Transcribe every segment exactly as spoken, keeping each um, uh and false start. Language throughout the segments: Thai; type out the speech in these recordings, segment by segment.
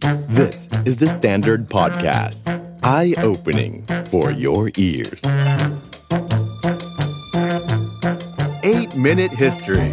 This is the Standard Podcast. Eye-opening for your ears. eight minute History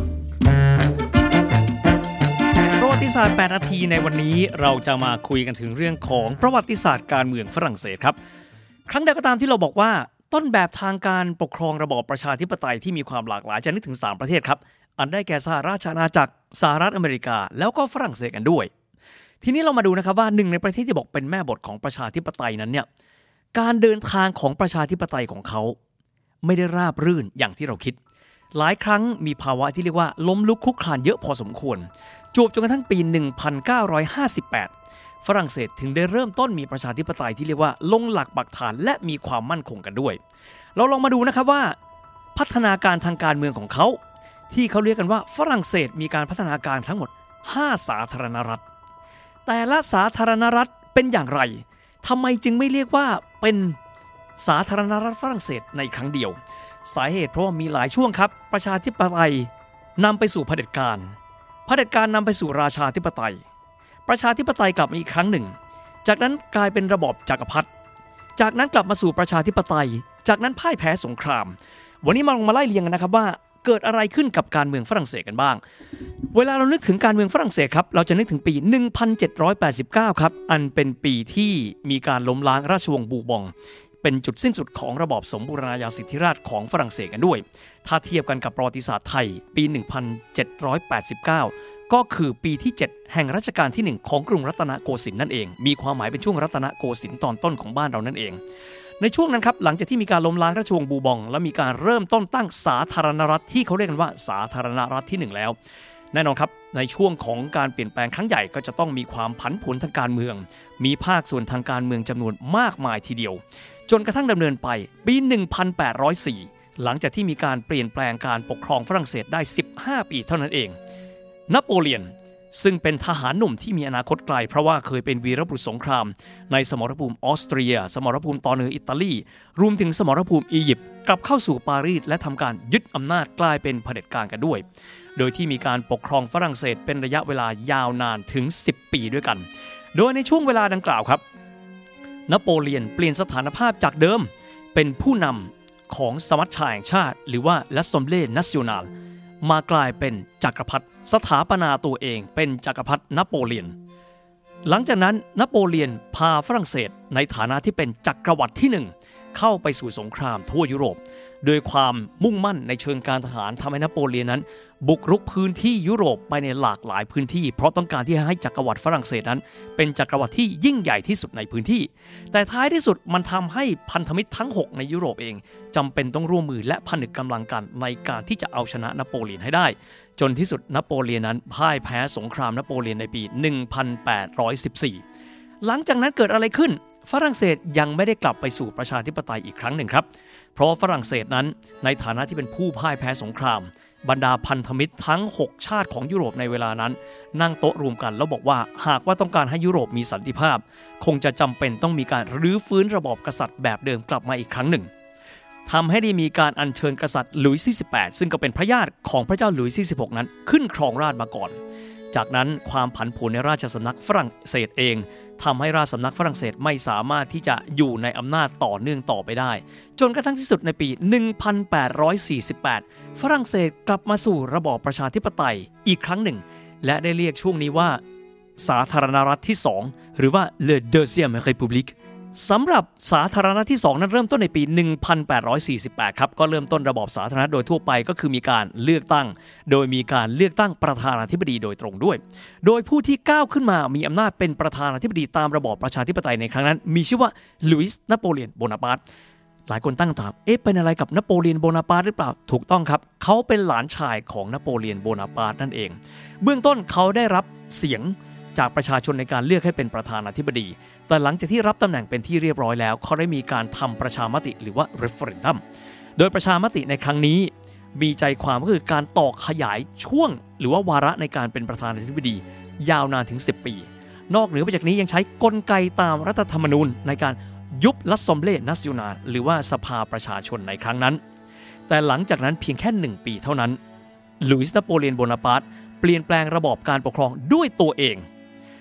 ประวัติศาสตร์แปดนาทีในวันนี้เราจะมาคุยกันถึงเรื่องของประวัติศาสตร์การเมืองฝรั่งเศสครับครั้งใดก็ตามที่เราบอกว่าต้นแบบทางการปกครองระบอบประชาธิปไตยที่มีความหลากหลายจะนึกถึงสามประเทศครับอันได้แก่สหราชอาณาจักรสหรัฐอเมริกาแล้วก็ฝรั่งเศสกันด้วยทีนี้เรามาดูนะครับว่าหนึ่งในประเทศที่บอกเป็นแม่บทของประชาธิปไตยนั้นเนี่ยการเดินทางของประชาธิปไตยของเขาไม่ได้ราบรื่นอย่างที่เราคิดหลายครั้งมีภาวะที่เรียกว่าล้มลุกคลุกคลานเยอะพอสมควรจวบจนกระทั่งปีหนึ่งพันเก้าร้อยห้าสิบแปดฝรั่งเศสถึงได้เริ่มต้นมีประชาธิปไตยที่เรียกว่าลงหลักปักฐานและมีความมั่นคงกันด้วยเราลองมาดูนะครับว่าพัฒนาการทางการเมืองของเขาที่เขาเรียกกันว่าฝรั่งเศสมีการพัฒนาการทั้งหมดห้าสาธารณรัฐแต่ละสาธารณรัฐเป็นอย่างไรทำไมจึงไม่เรียกว่าเป็นสาธารณรัฐฝรั่งเศสในครั้งเดียวสาเหตุเพราะว่ามีหลายช่วงครับประชาธิปไตยนำไปสู่เผด็จการเผด็จการนำไปสู่ราชาธิปไตยประชาธิปไตยกลับมาอีกครั้งหนึ่งจากนั้นกลายเป็นระบอบจักรพรรดิจากนั้นกลับมาสู่ประชาธิปไตยจากนั้นพ่ายแพ้สงครามวันนี้มาลองมาไล่เรียงกันนะครับว่าเกิดอะไรขึ้นกับการเมืองฝรั่งเศสกันบ้างเวลาเรานึกถึงการเมืองฝรั่งเศสครับเราจะนึกถึงปีหนึ่งพันเจ็ดร้อยแปดสิบเก้าครับอันเป็นปีที่มีการล้มล้างราชวงศ์บูบองเป็นจุดสิ้นสุดของระบอบสมบูรณาญาสิทธิราชย์ของฝรั่งเศสกันด้วยถ้าเทียบกันกับประวัติศาสตร์ไทยปีหนึ่งพันเจ็ดร้อยแปดสิบเก้าก็คือปีที่เจ็ดแห่งรัชกาลที่หนึ่งของกรุงรัตนโกสินทร์นั่นเองมีความหมายเป็นช่วงรัตนโกสินทร์ตอนต้นของบ้านเรานั่นเองในช่วงนั้นครับหลังจากที่มีการล้มล้างราชวงศ์บูบองและมีการเริ่มต้นตั้งสาธารณรัฐที่เขาเรียกกันว่าสาธารณรัฐที่หนึ่งแล้วแน่นอนครับในช่วงของการเปลี่ยนแปลงครั้งใหญ่ก็จะต้องมีความผันผวนทางการเมืองมีภาคส่วนทางการเมืองจำนวนมากมายทีเดียวจนกระทั่งดำเนินไปปีหนึ่งพันแปดร้อยสี่หลังจากที่มีการเปลี่ยนแปลงการปกครองฝรั่งเศสได้สิบห้าปีเท่านั้นเองนโปเลียนซึ่งเป็นทหารหนุ่มที่มีอนาคตไกลเพราะว่าเคยเป็นวีรบุรุษสงครามในสมรภูมิออสเตรียสมรภูมิตอนเหนืออิตาลีรวมถึงสมรภูมิอียิปต์กลับเข้าสู่ปารีสและทำการยึดอำนาจกลายเป็นเผด็จการกันด้วยโดยที่มีการปกครองฝรั่งเศสเป็นระยะเวลายาวนานถึงสิบปีด้วยกันโดยในช่วงเวลาดังกล่าวครับนโปเลียนเปลี่ยนสถานภาพจากเดิมเป็นผู้นำของสมัชชาแห่งชาติหรือว่า l'Assemblée nationale มากลายเป็นจักรพรรดิสถาปนาตัวเองเป็นจักรพรรดินโปเลียนหลังจากนั้นนโปเลียนพาฝรั่งเศสในฐานะที่เป็นจักรวรรดิที่หนึ่งเข้าไปสู่สงครามทั่วยุโรปโดยความมุ่งมั่นในเชิงการทหารทำให้นโปเลียนนั้นบุกรุกพื้นที่ยุโรปไปในหลากหลายพื้นที่เพราะต้องการที่จะให้จักรวรรดิฝรั่งเศสนั้นเป็นจักรวรรดิที่ยิ่งใหญ่ที่สุดในพื้นที่แต่ท้ายที่สุดมันทำให้พันธมิตรทั้งหกในยุโรปเองจำเป็นต้องร่วมมือและผนึกกำลังกันในการที่จะเอาชนะนโปเลียนให้ได้จนที่สุดนโปเลียนนั้นพ่ายแพ้สงครามนโปเลียนในปีหนึ่งพันแปดร้อยสิบสี่หลังจากนั้นเกิดอะไรขึ้นฝรั่งเศสยังไม่ได้กลับไปสู่ประชาธิปไตยอีกครั้งหนึ่งครับเพราะฝรั่งเศสนั้นในฐานะที่เป็นผู้พ่ายแพ้สงครามบรรดาพันธมิตรทั้งหกชาติของยุโรปในเวลานั้นนั่งโต๊ะรวมกันแล้วบอกว่าหากว่าต้องการให้ยุโรปมีสันติภาพคงจะจำเป็นต้องมีการรื้อฟื้นระบอบกษัตริย์แบบเดิมกลับมาอีกครั้งหนึ่งทำให้ได้มีการอัญเชิญกษัตริย์หลุยส์ที่สิบแปดซึ่งก็เป็นพระญาติของพระเจ้าหลุยส์ที่สิบหกนั้นขึ้นครองราชย์มาก่อนจากนั้นความผันผวนในราชสำนักฝรั่งเศสเองทำให้ราชสำนักฝรั่งเศสไม่สามารถที่จะอยู่ในอำนาจต่อเนื่องต่อไปได้จนกระทั่งที่สุดในปีหนึ่งพันแปดร้อยสี่สิบแปดฝรั่งเศสกลับมาสู่ระบอบประชาธิปไตยอีกครั้งหนึ่งและได้เรียกช่วงนี้ว่าสาธารณรัฐที่สองหรือว่า Le Deuxième République สำหรับสาธารณรัฐที่สองนั้นเริ่มต้นในปีหนึ่งพันแปดร้อยสี่สิบแปดครับก็เริ่มต้นระบอบสาธารณรัฐโดยทั่วไปก็คือมีการเลือกตั้งโดยมีการเลือกตั้งประธานาธิบดีโดยตรงด้วยโดยผู้ที่ก้าวขึ้นมามีอำนาจเป็นประธานาธิบดีตามระบอบประชาธิปไตยในครั้งนั้นมีชื่อว่าลุยส์นโปเลียนโบนาปาร์ตหลายคนตั้งคำถามเอ๊ะเป็นอะไรกับนโปเลียนโบนาปาร์ตหรือเปล่าถูกต้องครับเขาเป็นหลานชายของนโปเลียนโบนาปาร์ตนั่นเองเบื้องต้นเขาได้รับเสียงจากประชาชนในการเลือกให้เป็นประธานาธิบดีแต่หลังจากที่รับตำแหน่งเป็นที่เรียบร้อยแล้วเขาได้มีการทำประชามติหรือว่า referendum โดยประชามติในครั้งนี้มีใจความก็คือการต่อขยายช่วงหรือว่าวาระในการเป็นประธานาธิบดียาวนานถึงสิบปีนอกเหนือไปจากนี้ยังใช้กลไกตามรัฐธรรมนูญในการยุบ l'Assemblée nationale หรือว่าสภาประชาชนในครั้งนั้นแต่หลังจากนั้นเพียงแค่หนึ่งปีเท่านั้นลุยส์นโปเลียนโบนาปาร์ตเปลี่ยนแปลงระบอบการปกครองด้วยตัวเอง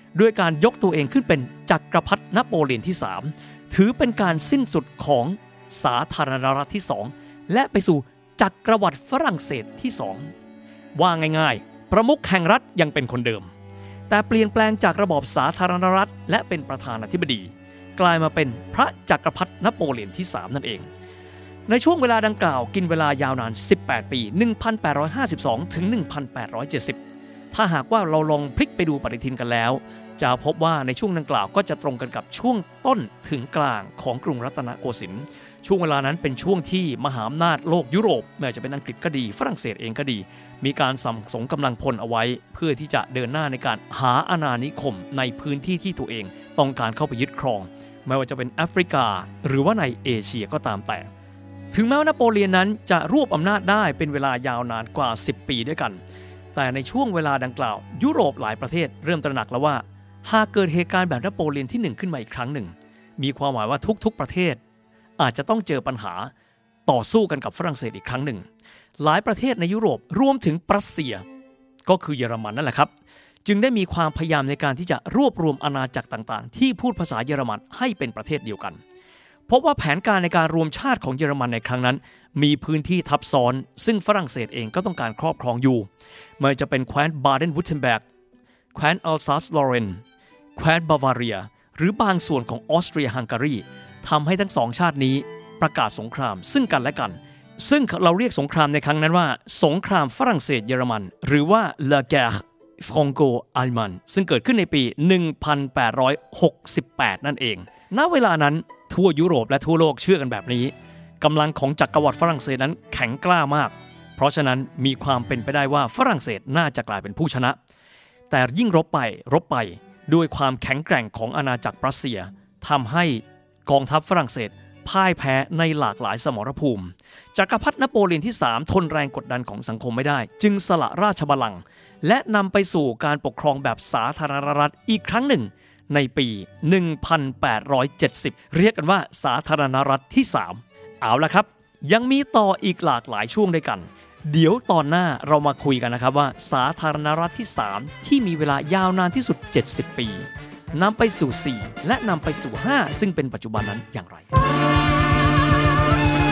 ด้วยการยกตัวเองขึ้นเป็นจักรพรรดินโปเลียนที่สามถือเป็นการสิ้นสุดของสาธารณรัฐที่สองและไปสู่จักรวรรดิฝรั่งเศสที่สองว่าง่ายๆประมุขแห่งรัฐยังเป็นคนเดิมแต่เปลี่ยนแปลงจากระบอบสาธารณรัฐและเป็นประธานาธิบดีกลายมาเป็นพระจักรพรรดินโปเลียนที่สามนั่นเองในช่วงเวลาดังกล่าวกินเวลายาวนานสิบแปดปี หนึ่งพันแปดร้อยห้าสิบสอง ถึง หนึ่งพันแปดร้อยเจ็ดสิบ ถ้าหากว่าเราลองพลิกไปดูปฏิทินกันแล้วจะพบว่าในช่วงดังกล่าวก็จะตรงกันกับช่วงต้นถึงกลางของกรุงรัตนโกสินทร์ช่วงเวลานั้นเป็นช่วงที่มหาอำนาจโลกยุโรปไม่ว่าจะเป็นอังกฤษก็ดีฝรั่งเศสเองก็ดีมีการสั่งสมกำลังพลเอาไว้เพื่อที่จะเดินหน้าในการหาอาณานิคมในพื้นที่ที่ตัวเองต้องการเข้าไปยึดครองไม่ว่าจะเป็นแอฟริกาหรือว่าในเอเชียก็ตามแต่ถึงแม้ว่านโปเลียนนั้นจะรวบอำนาจได้เป็นเวลายาวนานกว่าสิบปีด้วยกันแต่ในช่วงเวลาดังกล่าวยุโรปหลายประเทศเริ่มตระหนักแล้วว่าหากเกิดเหตุการณ์แบบนโปเลียนที่หนึ่งขึ้นมาอีกครั้งหนึ่งมีความหมายว่าทุกๆประเทศอาจจะต้องเจอปัญหาต่อสู้กันกับฝรั่งเศสอีกครั้งหนึ่งหลายประเทศในยุโรปรวมถึงรัสเซียก็คือเยอรมันนั่นแหละครับจึงได้มีความพยายามในการที่จะรวบรวมอาณาจักรต่างๆที่พูดภาษาเยอรมันให้เป็นประเทศเดียวกันพบว่าแผนการในการรวมชาติของเยอรมันในครั้งนั้นมีพื้นที่ทับซ้อนซึ่งฝรั่งเศสเองก็ต้องการครอบครองอยู่ไม่ว่าจะเป็นแคว้นบาเดนวูเทมเบิร์กแคว้นอัลซัสลอเรนแคว้นบาวาเรียหรือบางส่วนของออสเตรียฮังการีทำให้ทั้งสองชาตินี้ประกาศสงครามซึ่งกันและกันซึ่งเราเรียกสงครามในครั้งนั้นว่าสงครามฝรั่งเศสเยอรมันหรือว่า La Guerre Franco-Allemande ซึ่งเกิดขึ้นในปี หนึ่งพันแปดร้อยหกสิบแปด นั่นเองณเวลานั้นทั่วยุโรปและทั่วโลกเชื่อกันแบบนี้กำลังของจักรวรรดิฝรั่งเศสนั้นแข็งกล้ามากเพราะฉะนั้นมีความเป็นไปได้ว่าฝรั่งเศสน่าจะกลายเป็นผู้ชนะแต่ยิ่งรบไปรบไปด้วยความแข็งแกร่งของอาณาจักรรัสเซียทำให้กองทัพฝรั่งเศสพ่ายแพ้ในหลากหลายสมรภูมิจักรพรรดินโปเลียนที่สามทนแรงกดดันของสังคมไม่ได้จึงสละราชบัลลังก์และนำไปสู่การปกครองแบบสาธารณรัฐอีกครั้งหนึ่งในปี หนึ่งพันแปดร้อยเจ็ดสิบ เรียกกันว่าสาธารณรัฐที่สามเอาละครับยังมีต่ออีกหลากหลายช่วงด้วยกันเดี๋ยวตอนหน้าเรามาคุยกันนะครับว่าสาธารณรัฐที่สามที่มีเวลายาวนานที่สุดเจ็ดสิบปีนำไปสู่สี่และนำไปสู่ห้าซึ่งเป็นปัจจุบันนั้นอย่างไร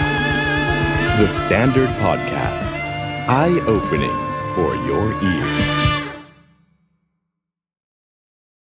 The Standard Podcast Eye Opening for your ears